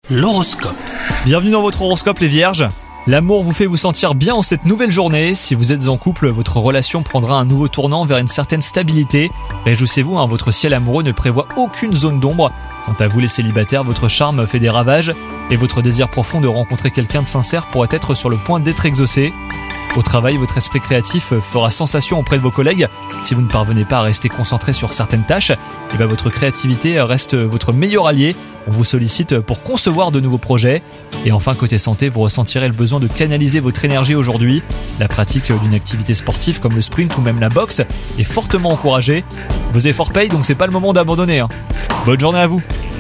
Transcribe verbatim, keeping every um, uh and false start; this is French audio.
L'horoscope. Bienvenue dans votre horoscope les vierges. L'amour vous fait vous sentir bien en cette nouvelle journée. Si vous êtes en couple, votre relation prendra un nouveau tournant vers une certaine stabilité. Réjouissez-vous, hein, votre ciel amoureux ne prévoit aucune zone d'ombre. Quant à vous les célibataires, votre charme fait des ravages et votre désir profond de rencontrer quelqu'un de sincère pourrait être sur le point d'être exaucé. Au travail, votre esprit créatif fera sensation auprès de vos collègues. Si vous ne parvenez pas à rester concentré sur certaines tâches, eh bien votre créativité reste votre meilleur allié. On vous sollicite pour concevoir de nouveaux projets. Et enfin, côté santé, vous ressentirez le besoin de canaliser votre énergie aujourd'hui. La pratique d'une activité sportive comme le sprint ou même la boxe est fortement encouragée. Vos efforts payent, donc c'est pas le moment d'abandonner. hein. Bonne journée à vous.